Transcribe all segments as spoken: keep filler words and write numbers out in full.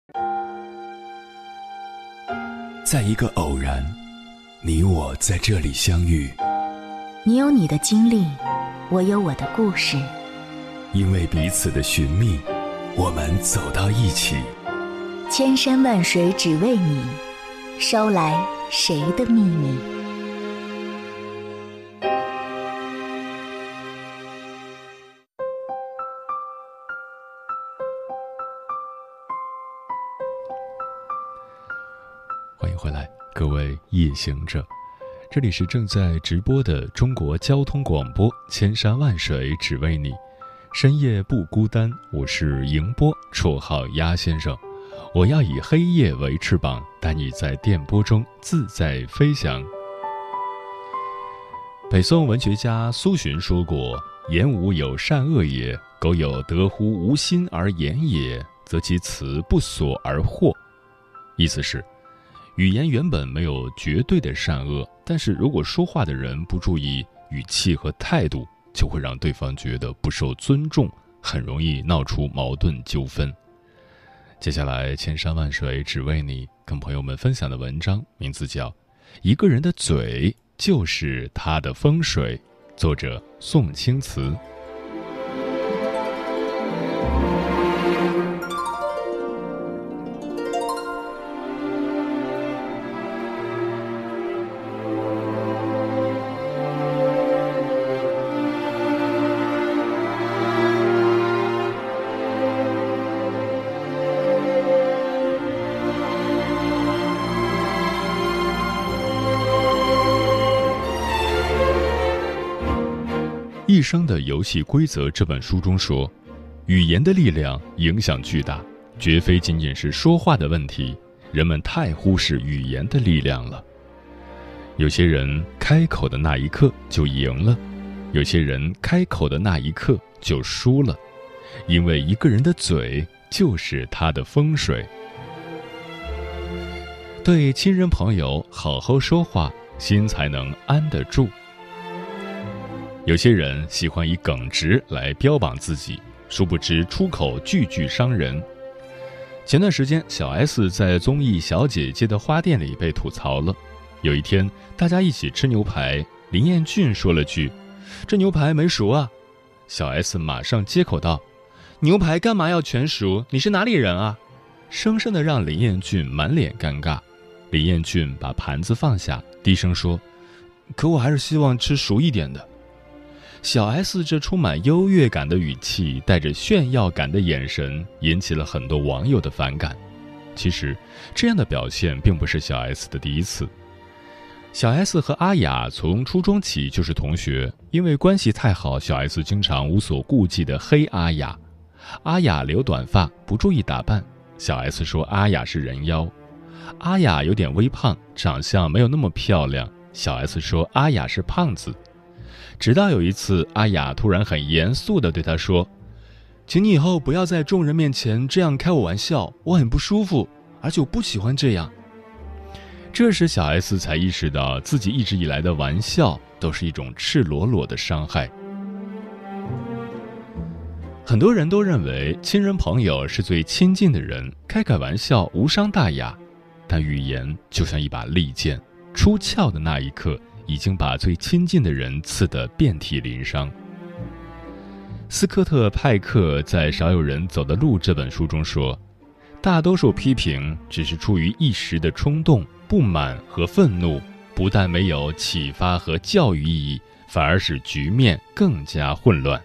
在一个偶然，你我在这里相遇。 你有你的经历，我有我的故事。 因为彼此的寻觅，我们走到一起。 千山万水只为你，捎来谁的秘密？ 欢迎回来，各位夜行者，这里是正在直播的中国交通广播，千山万水只为你，深夜不孤单。我是迎波，绰号鸭先生。我要以黑夜为翅膀，带你在电波中自在飞翔。北宋文学家苏洵说过：言无有善恶也，苟有得乎无心而言也，则其辞不所而惑。意思是，语言原本没有绝对的善恶，但是如果说话的人不注意语气和态度，就会让对方觉得不受尊重，很容易闹出矛盾纠纷。接下来千山万水只为你跟朋友们分享的文章名字叫《一个人的嘴就是他的风水》，作者宋清慈。《一生的游戏规则》这本书中说，语言的力量影响巨大，绝非仅仅是说话的问题，人们太忽视语言的力量了。有些人开口的那一刻就赢了，有些人开口的那一刻就输了，因为一个人的嘴就是他的风水。对亲人朋友好好说话，心才能安得住。有些人喜欢以耿直来标榜自己，殊不知出口句句伤人。前段时间，小 S 在综艺《小姐姐的花店》里被吐槽了。有一天，大家一起吃牛排，林彦俊说了句：“这牛排没熟啊。”小 S 马上接口道：“牛排干嘛要全熟？你是哪里人啊？”生生的让林彦俊满脸尴尬。林彦俊把盘子放下，低声说：“可我还是希望吃熟一点的。”小 S 这充满优越感的语气，带着炫耀感的眼神，引起了很多网友的反感。其实，这样的表现并不是小 S 的第一次。小 S 和阿雅从初中起就是同学，因为关系太好，小 S 经常无所顾忌地黑阿雅。阿雅留短发，不注意打扮，小 S 说阿雅是人妖。阿雅有点微胖，长相没有那么漂亮，小 S 说阿雅是胖子。直到有一次，阿雅突然很严肃地对他说：“请你以后不要在众人面前这样开我玩笑，我很不舒服，而且我不喜欢这样。”这时小 S 才意识到自己一直以来的玩笑都是一种赤裸裸的伤害。很多人都认为亲人朋友是最亲近的人，开开玩笑无伤大雅，但语言就像一把利剑，出鞘的那一刻已经把最亲近的人刺得遍体鳞伤。斯科特·派克在《少有人走的路》这本书中说，大多数批评只是出于一时的冲动、不满和愤怒，不但没有启发和教育意义，反而使局面更加混乱。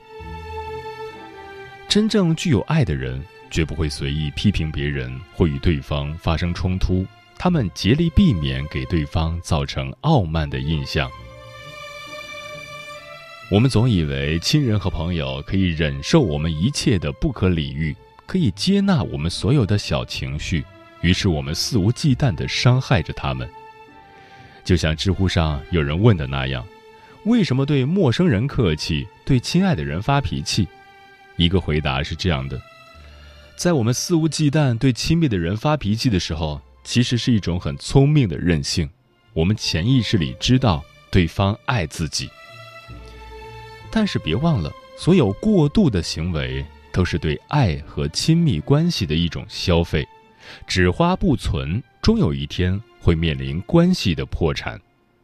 真正具有爱的人，绝不会随意批评别人或与对方发生冲突，他们竭力避免给对方造成傲慢的印象。我们总以为亲人和朋友可以忍受我们一切的不可理喻，可以接纳我们所有的小情绪，于是我们肆无忌惮地伤害着他们。就像知乎上有人问的那样，为什么对陌生人客气，对亲爱的人发脾气？一个回答是这样的：在我们肆无忌惮对亲密的人发脾气的时候，其实是一种很聪明的任性。我们潜意识里知道对方爱自己，但是别忘了，所有过度的行为都是对爱和亲密关系的一种消费， 只花不存，终有一天会面临关系的破产。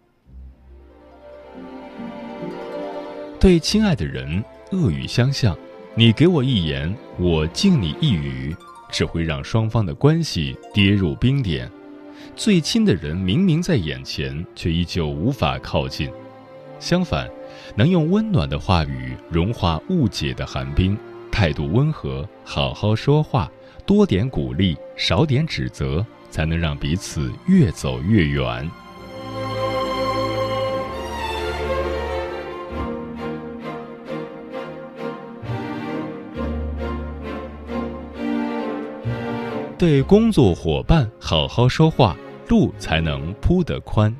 对亲爱的人恶语相向，你给我一言，我敬你一语，只会让双方的关系跌入冰点。最亲的人明明在眼前，却依旧无法靠近。相反，能用温暖的话语融化误解的寒冰，态度温和，好好说话，多点鼓励，少点指责，才能让彼此越走越远。对工作伙伴好好说话，路才能铺得宽。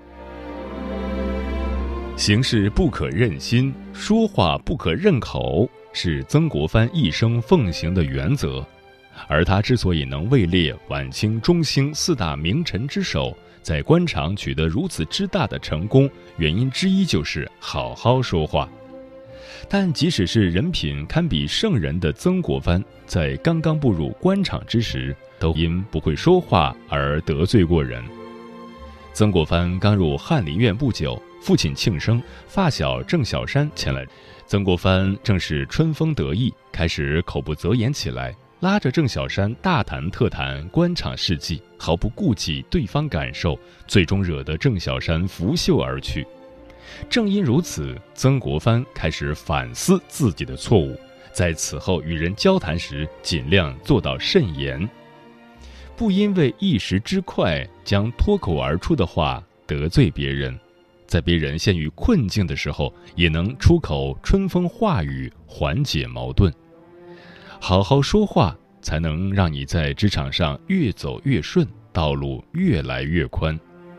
行事不可任心，说话不可任口，是曾国藩一生奉行的原则。而他之所以能位列晚清中兴四大名臣之首，在官场取得如此之大的成功，原因之一就是好好说话。但即使是人品堪比圣人的曾国藩，在刚刚步入官场之时，都因不会说话而得罪过人。曾国藩刚入翰林院不久，父亲庆生、发小郑小山前来，曾国藩正是春风得意，开始口不择言起来，拉着郑小山大谈特谈官场事迹，毫不顾及对方感受，最终惹得郑小山拂袖而去。正因如此，曾国藩开始反思自己的错误，在此后与人交谈时尽量做到慎言，不因为一时之快将脱口而出的话得罪别人，在别人陷于困境的时候也能出口春风化雨，缓解矛盾。好好说话，才能让你在职场上越走越顺，道路越来越宽。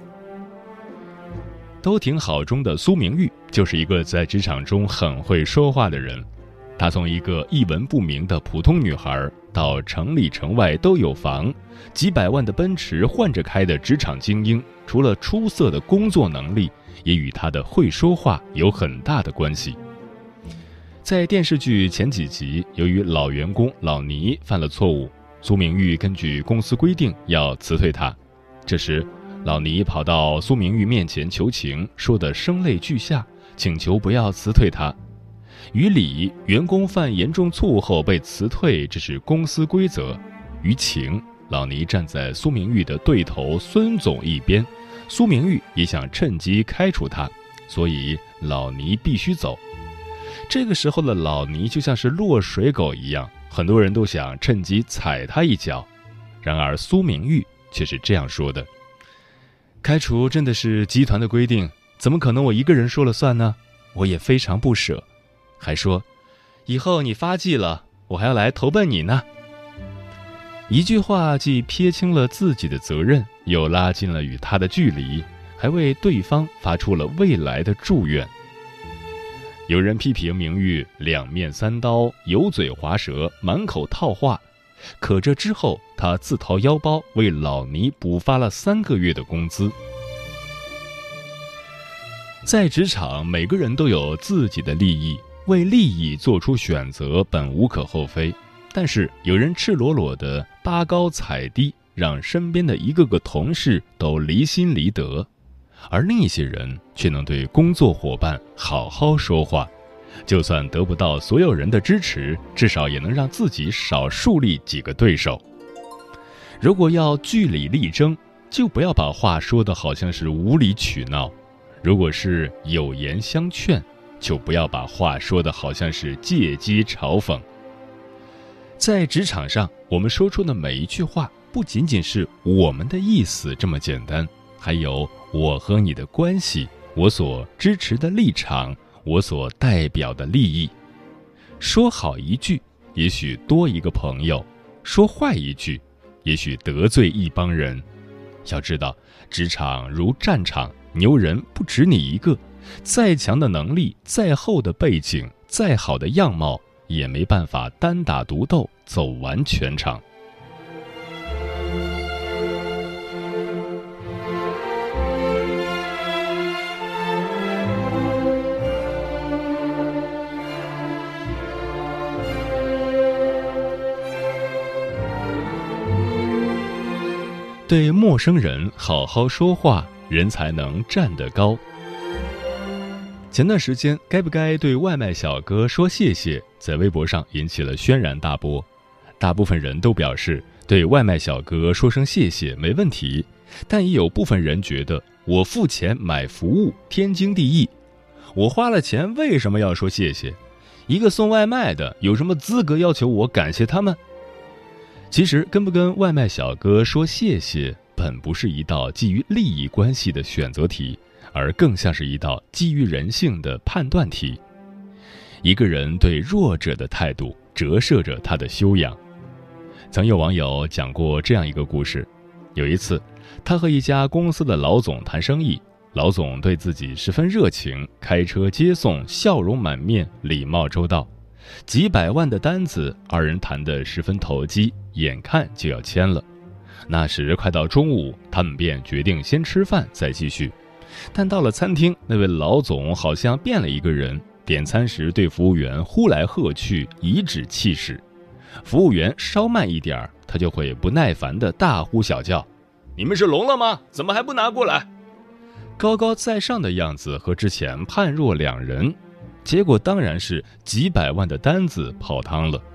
都挺好中的苏明玉就是一个在职场中很会说话的人。她从一个一文不名的普通女孩，到城里城外都有房，几百万的奔驰换着开的职场精英，除了出色的工作能力，也与她的会说话有很大的关系。在电视剧前几集，由于老员工老倪犯了错误，苏明玉根据公司规定要辞退他。这时老倪跑到苏明玉面前求情，说得声泪俱下，请求不要辞退他。于理，员工犯严重错误后被辞退，这是公司规则；于情，老倪站在苏明玉的对头孙总一边，苏明玉也想趁机开除他，所以老倪必须走。这个时候的老倪就像是落水狗一样，很多人都想趁机踩他一脚。然而苏明玉却是这样说的：开除真的是集团的规定，怎么可能我一个人说了算呢？我也非常不舍。还说以后你发迹了，我还要来投奔你呢。一句话既撇清了自己的责任，又拉近了与他的距离，还为对方发出了未来的祝愿。有人批评明玉两面三刀，油嘴滑舌，满口套话，可这之后他自掏腰包为老倪补发了三个月的工资。在职场，每个人都有自己的利益，为利益做出选择本无可厚非，但是有人赤裸裸的拔高踩低，让身边的一个个同事都离心离德，而另一些人却能对工作伙伴好好说话，就算得不到所有人的支持，至少也能让自己少树立几个对手。如果要据理力争，就不要把话说得好像是无理取闹；如果是有言相劝，就不要把话说得好像是借机嘲讽。在职场上，我们说出的每一句话，不仅仅是我们的意思这么简单，还有我和你的关系，我所支持的立场，我所代表的利益。说好一句，也许多一个朋友；说坏一句，也许得罪一帮人。要知道，职场如战场，牛人不止你一个，再强的能力，再厚的背景，再好的样貌，也没办法单打独斗走完全场。 对陌生人好好说话，人才能站得高。前段时间，该不该对外卖小哥说谢谢，在微博上引起了轩然大波。大部分人都表示对外卖小哥说声谢谢没问题，但也有部分人觉得我付钱买服务天经地义，我花了钱为什么要说谢谢？一个送外卖的有什么资格要求我感谢他们？其实跟不跟外卖小哥说谢谢，本不是一道基于利益关系的选择题，而更像是一道基于人性的判断题。一个人对弱者的态度折射着他的修养。曾有网友讲过这样一个故事，有一次他和一家公司的老总谈生意，老总对自己十分热情，开车接送，笑容满面，礼貌周到，几百万的单子二人谈得十分投机，眼看就要签了。那时快到中午，他们便决定先吃饭再继续。但到了餐厅，那位老总好像变了一个人，点餐时对服务员呼来喝去，颐指气使。服务员稍慢一点，他就会不耐烦地大呼小叫：“你们是聋了吗？怎么还不拿过来？”高高在上的样子和之前判若两人，结果当然是几百万的单子泡汤了。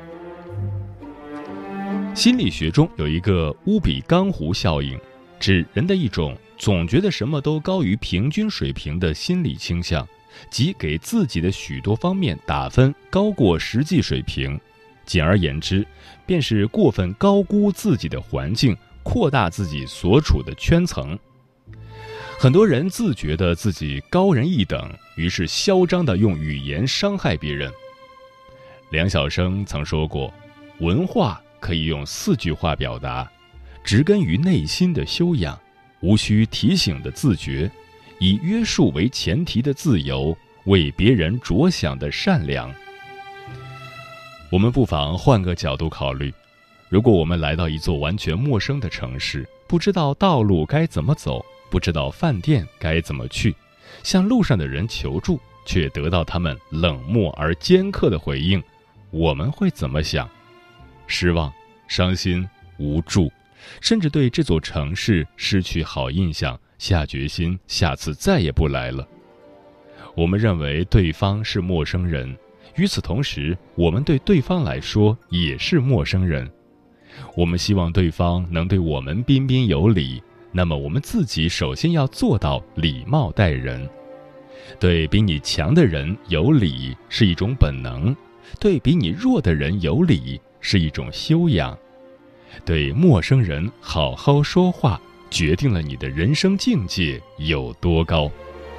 心理学中有一个乌比冈湖效应，指人的一种总觉得什么都高于平均水平的心理倾向，即给自己的许多方面打分高过实际水平。简而言之，便是过分高估自己的环境，扩大自己所处的圈层。很多人自觉得自己高人一等，于是嚣张地用语言伤害别人。梁晓声曾说过，文化可以用四句话表达：植根于内心的修养，无需提醒的自觉，以约束为前提的自由，为别人着想的善良。我们不妨换个角度考虑，如果我们来到一座完全陌生的城市，不知道道路该怎么走，不知道饭店该怎么去，向路上的人求助，却得到他们冷漠而尖刻的回应，我们会怎么想？失望、伤心、无助，甚至对这座城市失去好印象，下决心下次再也不来了。我们认为对方是陌生人，与此同时，我们对对方来说也是陌生人。我们希望对方能对我们彬彬有礼，那么我们自己首先要做到礼貌待人。对比你强的人有礼是一种本能，对比你弱的人有礼是一种修养。对陌生人好好说话，决定了你的人生境界有多高。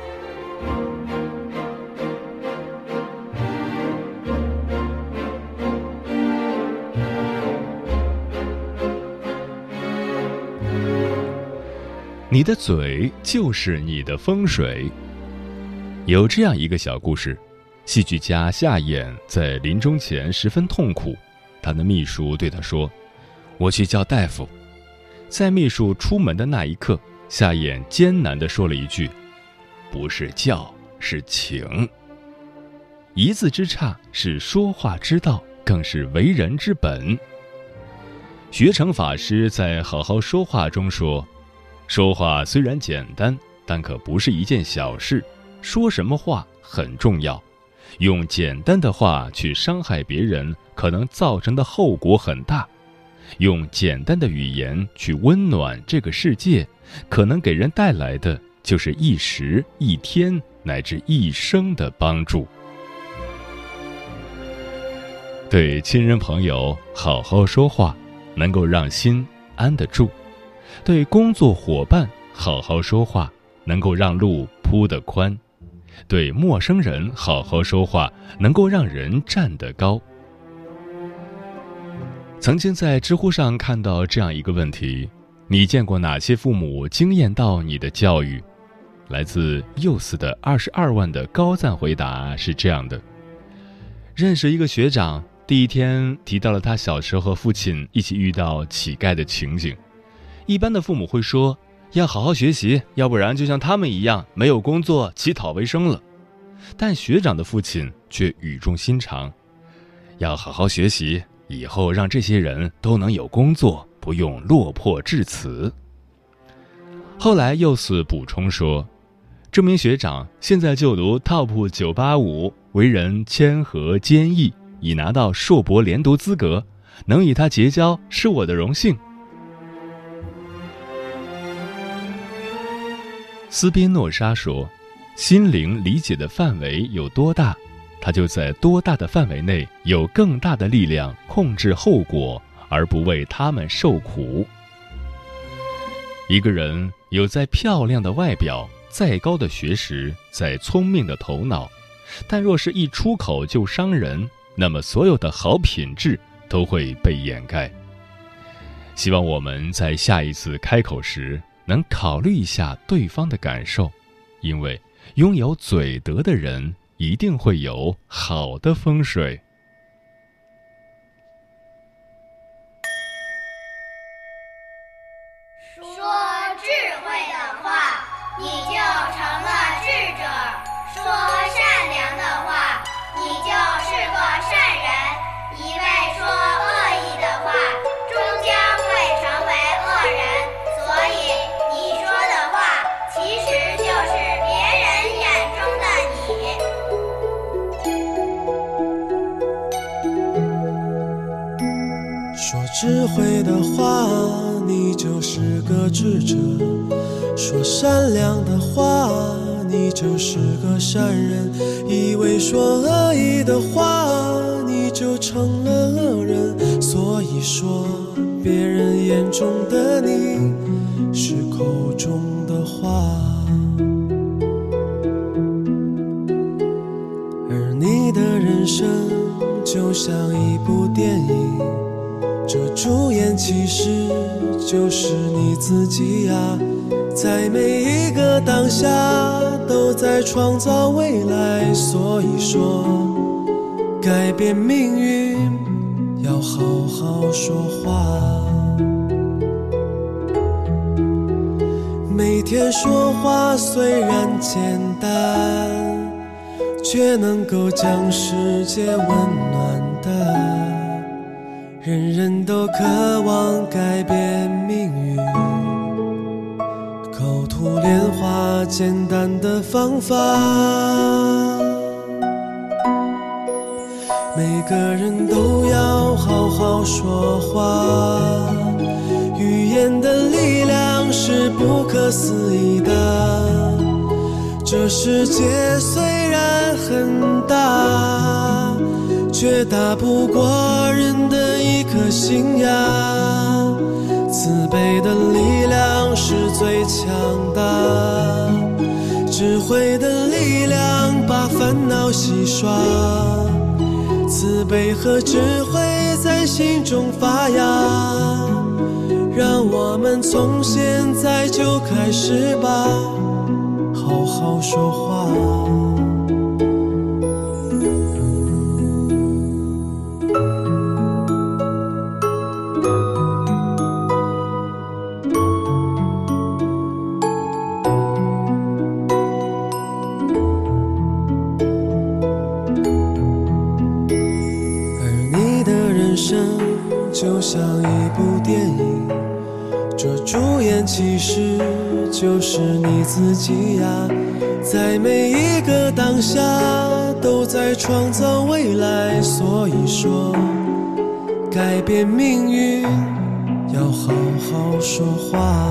你的嘴就是你的风水。有这样一个小故事，戏剧家夏衍在临终前十分痛苦，他的秘书对他说：“我去叫大夫。”在秘书出门的那一刻，夏衍艰难地说了一句：“不是叫，是请。”一字之差是说话之道，更是为人之本。学成法师在《好好说话》中说，说话虽然简单，但可不是一件小事。说什么话很重要，用简单的话去伤害别人，可能造成的后果很大；用简单的语言去温暖这个世界，可能给人带来的就是一时、一天乃至一生的帮助。对亲人朋友好好说话，能够让心安得住；对工作伙伴好好说话，能够让路铺得宽；对陌生人好好说话，能够让人站得高。曾经在知乎上看到这样一个问题：你见过哪些父母惊艳到你的教育？来自 U S 的二十二万的高赞回答是这样的：认识一个学长，第一天提到了他小时候和父亲一起遇到乞丐的情景。一般的父母会说，要好好学习，要不然就像他们一样没有工作乞讨为生了。但学长的父亲却语重心长，要好好学习，以后让这些人都能有工作， 不用落魄至此。后来又是补充说，这名学长现在就读 Top 九八五，为人谦和坚毅，已拿到硕博连读资格，能与他结交是我的荣幸。斯宾诺莎说，心灵理解的范围有多大，它就在多大的范围内有更大的力量控制后果，而不为他们受苦。一个人有再漂亮的外表，再高的学识，再聪明的头脑，但若是一出口就伤人，那么所有的好品质都会被掩盖。希望我们在下一次开口时能考虑一下对方的感受，因为拥有嘴德的人一定会有好的风水。 说智慧的话，你就成了智者；说善良的话，你就是个善人。一味说恶意的话，终将会成为恶人。所以你说的话，其实就是别人眼中的你。说智慧的话，你就是个智者；说善良的话，你就是个善人。以为说恶意的话，你就成了恶人。所以说别人眼中的你，是口中的话。而你的人生就像一部电影，这主演其实就是你自己呀，在每一个当下都在创造未来。所以说改变命运要好好说话，每天说话虽然简单，却能够将世界温暖的。人人都渴望改变命运，口吐莲花简单的方法，每个人都要好好说话。语言的力量是不可思议的，这世界虽然很大，却打不过人的一颗心呀。慈悲的力量是最强大，智慧的力量把烦恼洗刷。慈悲和智慧在心中发芽，让我们从现在就开始吧，好好说话。就像一部电影，这主演其实就是你自己呀，在每一个当下都在创造未来。所以说改变命运要好好说话，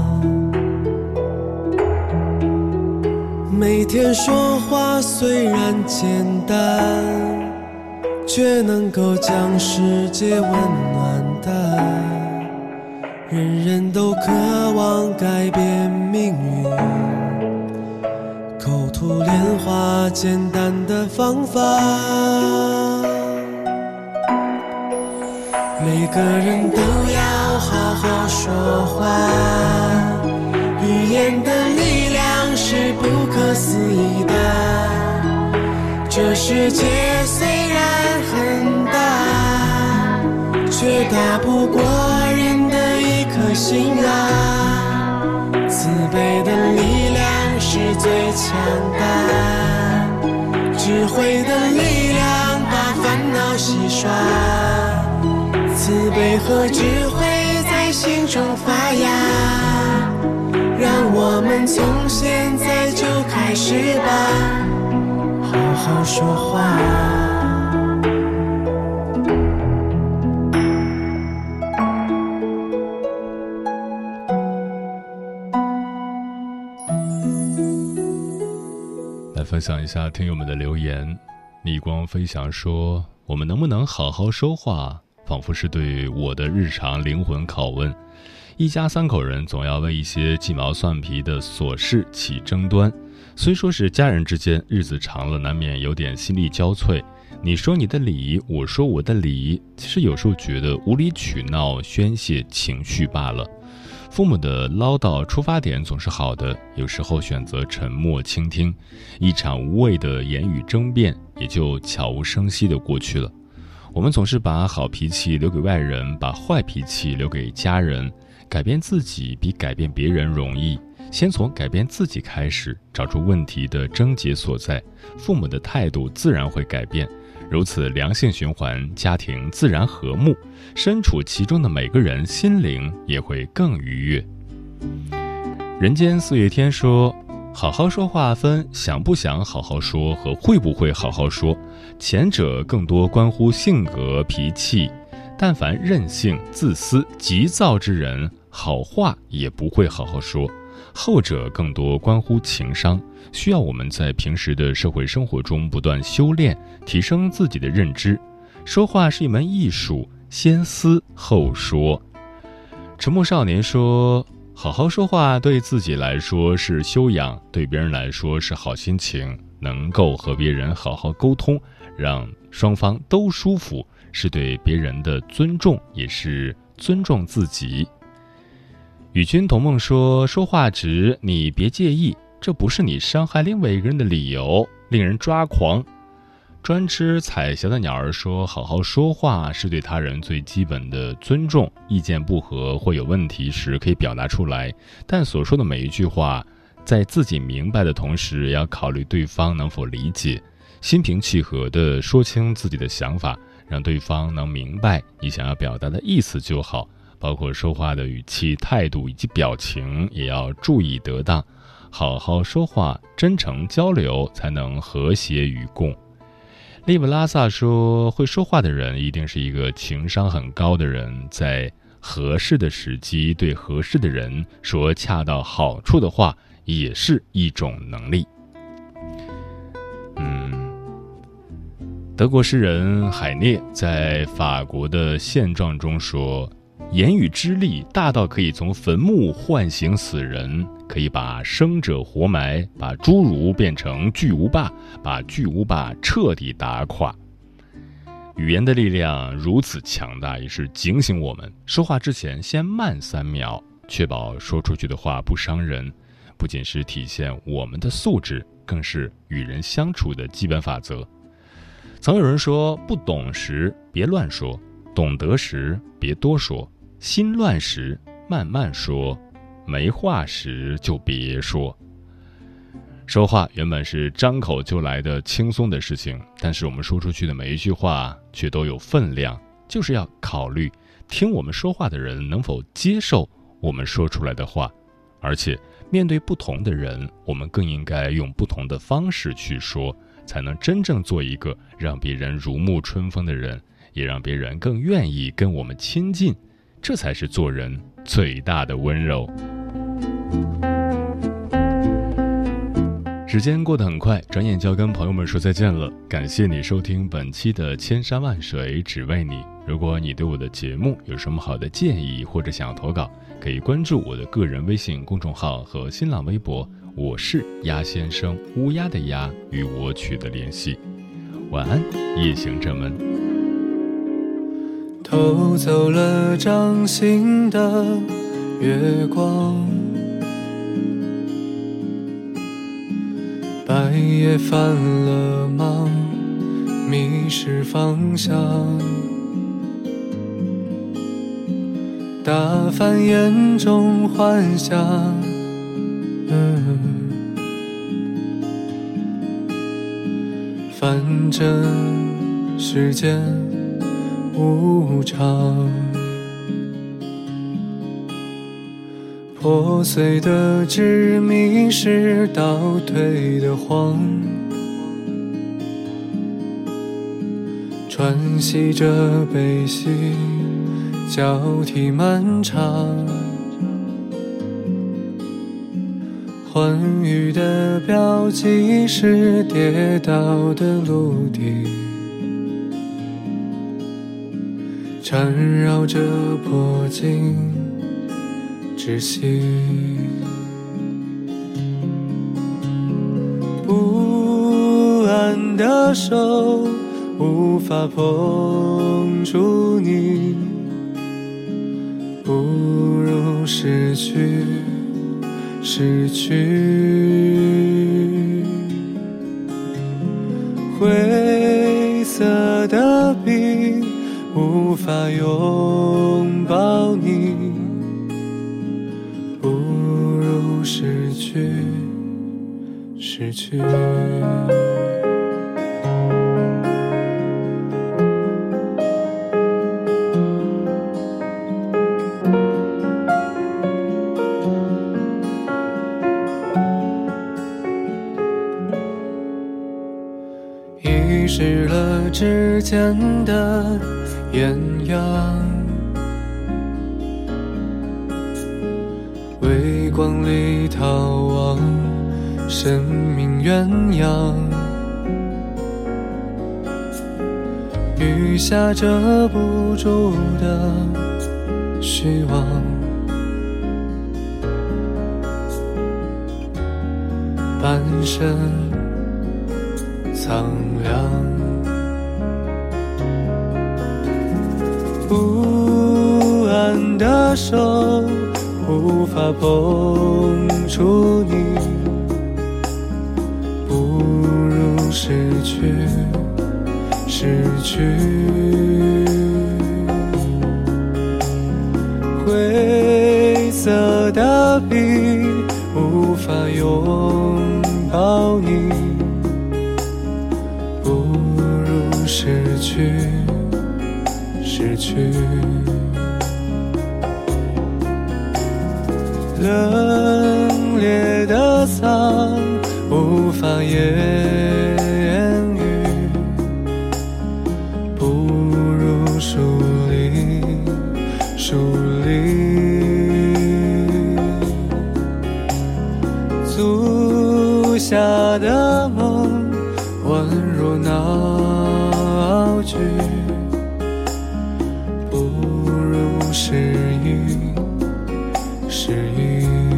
每天说话虽然简单，却能够将世界温暖的。人人都渴望改变命运，口吐莲花简单的方法，每个人都要好好说话。语言的力量是不可思议的，这世界虽然很大，却打不过人的一颗心啊。慈悲的力量是最强大，智慧的力量把烦恼洗刷。慈悲和智慧在心中发芽，让我们从现在就开始吧，好好说话。 来分享一下听友们的留言。逆光飞翔说，我们能不能好好说话，仿佛是对我的日常灵魂拷问。一家三口人总要为一些鸡毛蒜皮的琐事起争端，虽说是家人之间，日子长了难免有点心力交瘁，你说你的理，我说我的理，其实有时候觉得无理取闹，宣泄情绪罢了。父母的唠叨出发点总是好的，有时候选择沉默倾听，一场无谓的言语争辩也就悄无声息地过去了。我们总是把好脾气留给外人，把坏脾气留给家人。改变自己比改变别人容易，先从改变自己开始，找出问题的症结所在，父母的态度自然会改变。如此良性循环，家庭自然和睦，身处其中的每个人心灵也会更愉悦。人间四月天说，好好说话分想不想好好说和会不会好好说，前者更多关乎性格脾气，但凡任性自私急躁之人，好话也不会好好说，后者更多关乎情商，需要我们在平时的社会生活中不断修炼，提升自己的认知。说话是一门艺术，先思后说。沉默少年说，好好说话对自己来说是修养，对别人来说是好心情，能够和别人好好沟通，让双方都舒服，是对别人的尊重，也是尊重自己。与君同梦说，说话直，你别介意，这不是你伤害另外一个人的理由，令人抓狂。专吃彩霞的鸟儿说，好好说话是对他人最基本的尊重，意见不合或有问题时可以表达出来，但所说的每一句话，在自己明白的同时，也要考虑对方能否理解，心平气和地说清自己的想法，让对方能明白你想要表达的意思就好，包括说话的语气、态度以及表情也要注意得当，好好说话，真诚交流，才能和谐与共。利布拉萨说，会说话的人一定是一个情商很高的人，在合适的时机对合适的人说恰到好处的话，也是一种能力。嗯，德国诗人海涅在法国的现状中说，言语之力大到可以从坟墓唤醒死人，可以把生者活埋，把侏儒变成巨无霸，把巨无霸彻底打垮。语言的力量如此强大，也是警醒我们说话之前先慢三秒，确保说出去的话不伤人，不仅是体现我们的素质，更是与人相处的基本法则。曾有人说，不懂时别乱说，懂得时别多说，心乱时慢慢说，没话时就别说。说话原本是张口就来的轻松的事情，但是我们说出去的每一句话却都有分量，就是要考虑听我们说话的人能否接受我们说出来的话，而且面对不同的人，我们更应该用不同的方式去说，才能真正做一个让别人如沐春风的人，也让别人更愿意跟我们亲近，这才是做人最大的温柔。时间过得很快，转眼就要跟朋友们说再见了。感谢你收听本期的千山万水只为你。如果你对我的节目有什么好的建议，或者想要投稿，可以关注我的个人微信公众号和新浪微博，我是鸭先生，乌鸦的鸦，与我取得联系。晚安，夜行者们。 偷走了掌心的月光，白夜泛了茫，迷失方向，打翻眼中幻想，嗯，反正世间无常， 破碎的纸迷失倒退的谎，喘息着悲喜交替漫长，欢愉的标记是跌倒的陆地，缠绕着破镜窒息。不安的手无法碰触你，不如失去失去。灰色的笔无法拥抱你，不如失去失去。遗失了指尖的艳阳，微光里逃亡，生命鸳鸯。雨下遮不住的虚妄，半生苍凉。不安的手无法碰触你，不如失去失去。灰色的笔无法拥抱你，不如失去失去。冷冽的丧无法言语，不如疏离疏离。足下的梦宛若闹剧，不如失意失意。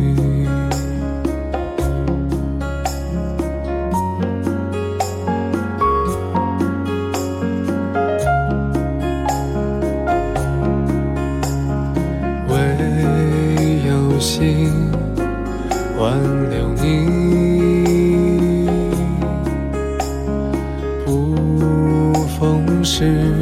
唯有心挽留你，不逢时